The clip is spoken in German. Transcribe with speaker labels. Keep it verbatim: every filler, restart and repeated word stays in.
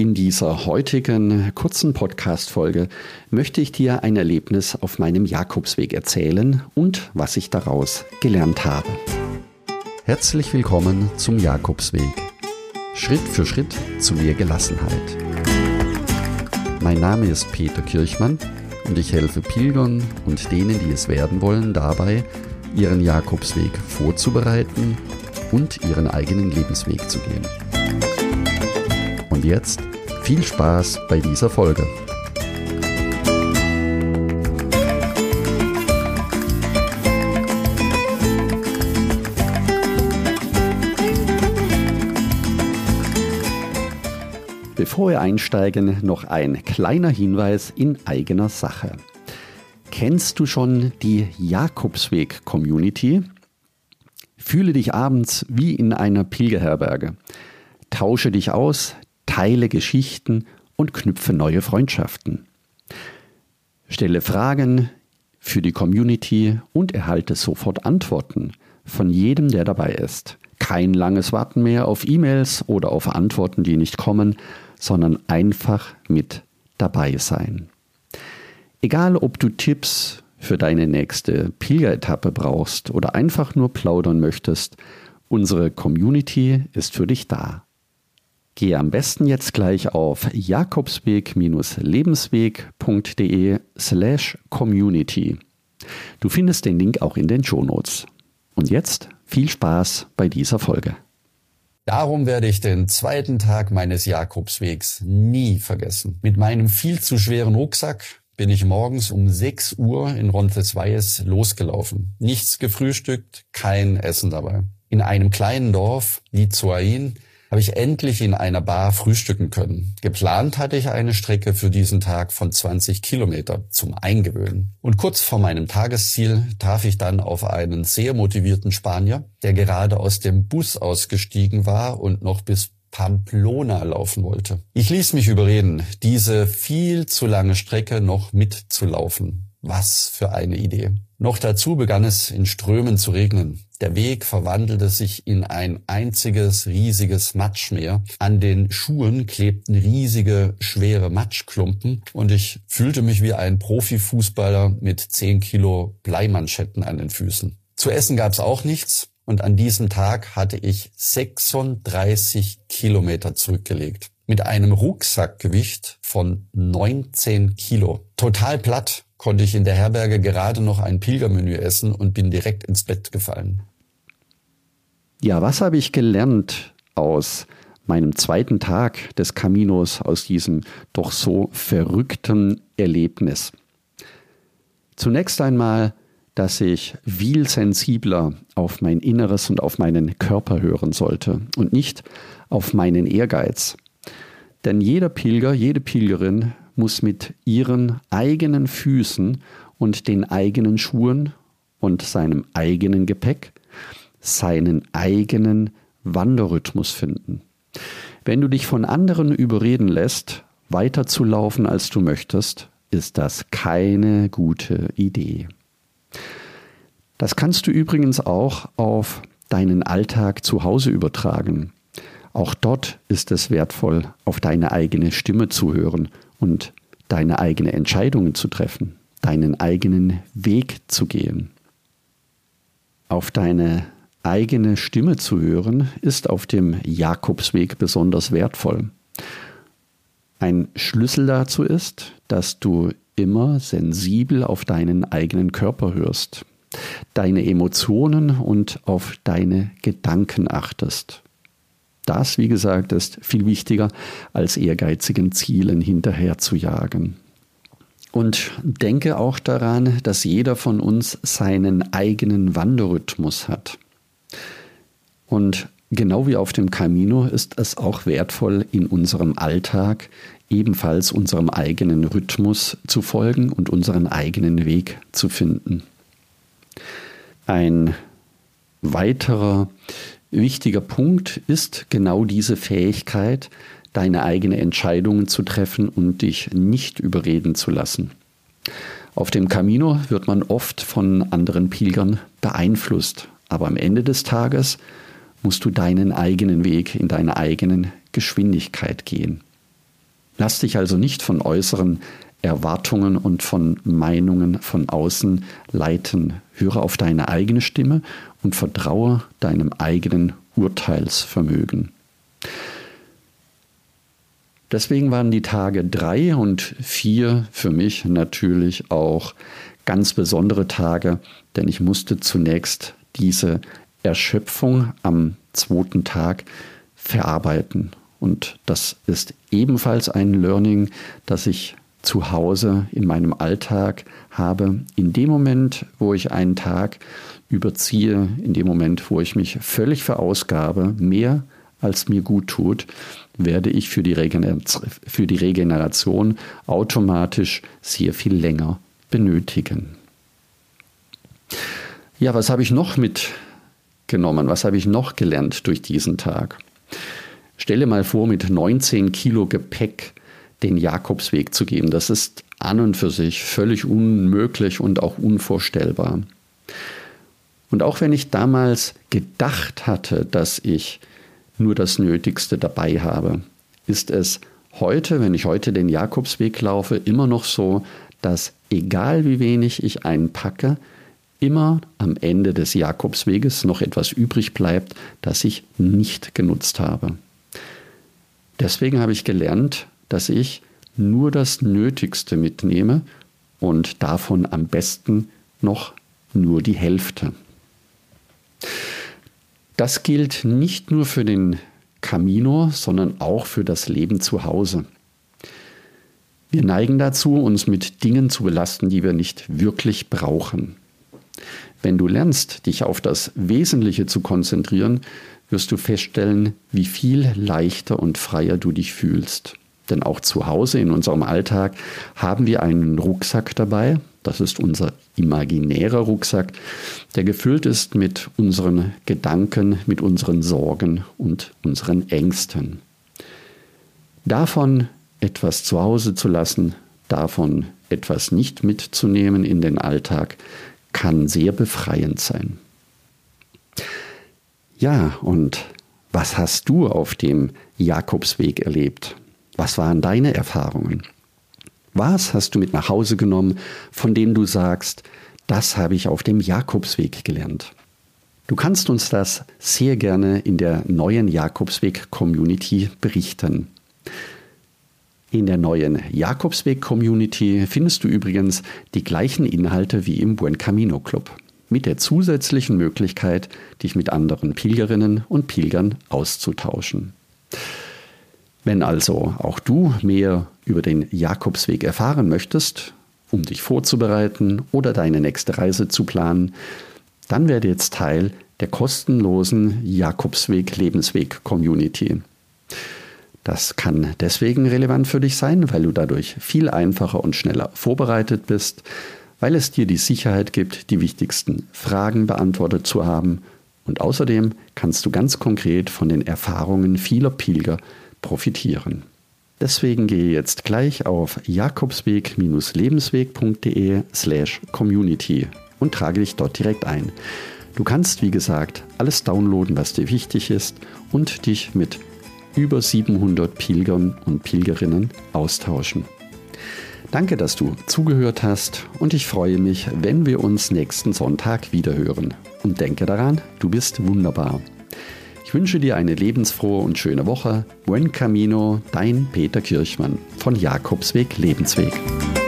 Speaker 1: In dieser heutigen kurzen Podcast-Folge möchte ich dir ein Erlebnis auf meinem Jakobsweg erzählen und was ich daraus gelernt habe. Herzlich willkommen zum Jakobsweg. Schritt für Schritt zu mehr Gelassenheit. Mein Name ist Peter Kirchmann und ich helfe Pilgern und denen, die es werden wollen, dabei, ihren Jakobsweg vorzubereiten und ihren eigenen Lebensweg zu gehen. Und jetzt viel Spaß bei dieser Folge. Bevor wir einsteigen, noch ein kleiner Hinweis in eigener Sache. Kennst du schon die Jakobsweg-Community? Fühle dich abends wie in einer Pilgerherberge. Tausche dich aus, teile Geschichten und knüpfe neue Freundschaften. Stelle Fragen für die Community und erhalte sofort Antworten von jedem, der dabei ist. Kein langes Warten mehr auf E-Mails oder auf Antworten, die nicht kommen, sondern einfach mit dabei sein. Egal, ob du Tipps für deine nächste Pilgeretappe brauchst oder einfach nur plaudern möchtest, unsere Community ist für dich da. Gehe am besten jetzt gleich auf jakobsweg-lebensweg.de slash community. Du findest den Link auch in den Shownotes. Und jetzt viel Spaß bei dieser Folge.
Speaker 2: Darum werde ich den zweiten Tag meines Jakobswegs nie vergessen. Mit meinem viel zu schweren Rucksack bin ich morgens um sechs Uhr in Roncesvalles losgelaufen. Nichts gefrühstückt, kein Essen dabei. In einem kleinen Dorf, Lizoain, habe ich endlich in einer Bar frühstücken können. Geplant hatte ich eine Strecke für diesen Tag von zwanzig Kilometer zum Eingewöhnen. Und kurz vor meinem Tagesziel traf ich dann auf einen sehr motivierten Spanier, der gerade aus dem Bus ausgestiegen war und noch bis Pamplona laufen wollte. Ich ließ mich überreden, diese viel zu lange Strecke noch mitzulaufen. Was für eine Idee. Noch dazu begann es in Strömen zu regnen. Der Weg verwandelte sich in ein einziges riesiges Matschmeer. An den Schuhen klebten riesige, schwere Matschklumpen und ich fühlte mich wie ein Profifußballer mit zehn Kilo Bleimanschetten an den Füßen. Zu essen gab's auch nichts und an diesem Tag hatte ich sechsunddreißig Kilometer zurückgelegt. Mit einem Rucksackgewicht von neunzehn Kilo. Total platt konnte ich in der Herberge gerade noch ein Pilgermenü essen und bin direkt ins Bett gefallen.
Speaker 1: Ja, was habe ich gelernt aus meinem zweiten Tag des Caminos, aus diesem doch so verrückten Erlebnis? Zunächst einmal, dass ich viel sensibler auf mein Inneres und auf meinen Körper hören sollte und nicht auf meinen Ehrgeiz. Denn jeder Pilger, jede Pilgerin muss mit ihren eigenen Füßen und den eigenen Schuhen und seinem eigenen Gepäck seinen eigenen Wanderrhythmus finden. Wenn du dich von anderen überreden lässt, weiterzulaufen, als du möchtest, ist das keine gute Idee. Das kannst du übrigens auch auf deinen Alltag zu Hause übertragen. Auch dort ist es wertvoll, auf deine eigene Stimme zu hören und deine eigenen Entscheidungen zu treffen, deinen eigenen Weg zu gehen. Auf deine eigene Stimme zu hören, ist auf dem Jakobsweg besonders wertvoll. Ein Schlüssel dazu ist, dass du immer sensibel auf deinen eigenen Körper hörst, deine Emotionen und auf deine Gedanken achtest. Das, wie gesagt, ist viel wichtiger, als ehrgeizigen Zielen hinterher zu jagen. Und denke auch daran, dass jeder von uns seinen eigenen Wanderrhythmus hat. Und genau wie auf dem Camino ist es auch wertvoll, in unserem Alltag ebenfalls unserem eigenen Rhythmus zu folgen und unseren eigenen Weg zu finden. Ein weiterer wichtiger Punkt ist genau diese Fähigkeit, deine eigenen Entscheidungen zu treffen und dich nicht überreden zu lassen. Auf dem Camino wird man oft von anderen Pilgern beeinflusst, aber am Ende des Tages musst du deinen eigenen Weg in deiner eigenen Geschwindigkeit gehen. Lass dich also nicht von äußeren Erwartungen und von Meinungen von außen leiten. Höre auf deine eigene Stimme und vertraue deinem eigenen Urteilsvermögen. Deswegen waren die Tage drei und vier für mich natürlich auch ganz besondere Tage, denn ich musste zunächst diese Erschöpfung am zweiten Tag verarbeiten. Und das ist ebenfalls ein Learning, das ich zu Hause in meinem Alltag habe. In dem Moment, wo ich einen Tag überziehe, in dem Moment, wo ich mich völlig verausgabe, mehr als mir gut tut, werde ich für die Regeneration, für die Regeneration automatisch sehr viel länger benötigen. Ja, was habe ich noch mitgenommen? Was habe ich noch gelernt durch diesen Tag? Stelle mal vor, mit neunzehn Kilo Gepäck den Jakobsweg zu gehen. Das ist an und für sich völlig unmöglich und auch unvorstellbar. Und auch wenn ich damals gedacht hatte, dass ich nur das Nötigste dabei habe, ist es heute, wenn ich heute den Jakobsweg laufe, immer noch so, dass egal wie wenig ich einpacke, immer am Ende des Jakobsweges noch etwas übrig bleibt, das ich nicht genutzt habe. Deswegen habe ich gelernt, dass ich nur das Nötigste mitnehme und davon am besten noch nur die Hälfte. Das gilt nicht nur für den Camino, sondern auch für das Leben zu Hause. Wir neigen dazu, uns mit Dingen zu belasten, die wir nicht wirklich brauchen. Wenn du lernst, dich auf das Wesentliche zu konzentrieren, wirst du feststellen, wie viel leichter und freier du dich fühlst. Denn auch zu Hause in unserem Alltag haben wir einen Rucksack dabei. Das ist unser imaginärer Rucksack, der gefüllt ist mit unseren Gedanken, mit unseren Sorgen und unseren Ängsten. Davon etwas zu Hause zu lassen, davon etwas nicht mitzunehmen in den Alltag, kann sehr befreiend sein. Ja, und was hast du auf dem Jakobsweg erlebt? Was waren deine Erfahrungen? Was hast du mit nach Hause genommen, von dem du sagst, das habe ich auf dem Jakobsweg gelernt? Du kannst uns das sehr gerne in der neuen Jakobsweg-Community berichten. In der neuen Jakobsweg-Community findest du übrigens die gleichen Inhalte wie im Buen Camino Club, mit der zusätzlichen Möglichkeit, dich mit anderen Pilgerinnen und Pilgern auszutauschen. Wenn also auch du mehr über den Jakobsweg erfahren möchtest, um dich vorzubereiten oder deine nächste Reise zu planen, dann werde jetzt Teil der kostenlosen Jakobsweg-Lebensweg-Community. Das kann deswegen relevant für dich sein, weil du dadurch viel einfacher und schneller vorbereitet bist, weil es dir die Sicherheit gibt, die wichtigsten Fragen beantwortet zu haben, und außerdem kannst du ganz konkret von den Erfahrungen vieler Pilger profitieren. Deswegen gehe jetzt gleich auf jakobsweg-lebensweg.de slash community und trage dich dort direkt ein. Du kannst, wie gesagt, alles downloaden, was dir wichtig ist, und dich mit über siebenhundert Pilgern und Pilgerinnen austauschen. Danke, dass du zugehört hast, und ich freue mich, wenn wir uns nächsten Sonntag wiederhören. Und denke daran, du bist wunderbar. Ich wünsche dir eine lebensfrohe und schöne Woche. Buen Camino, dein Peter Kirchmann von Jakobsweg Lebensweg.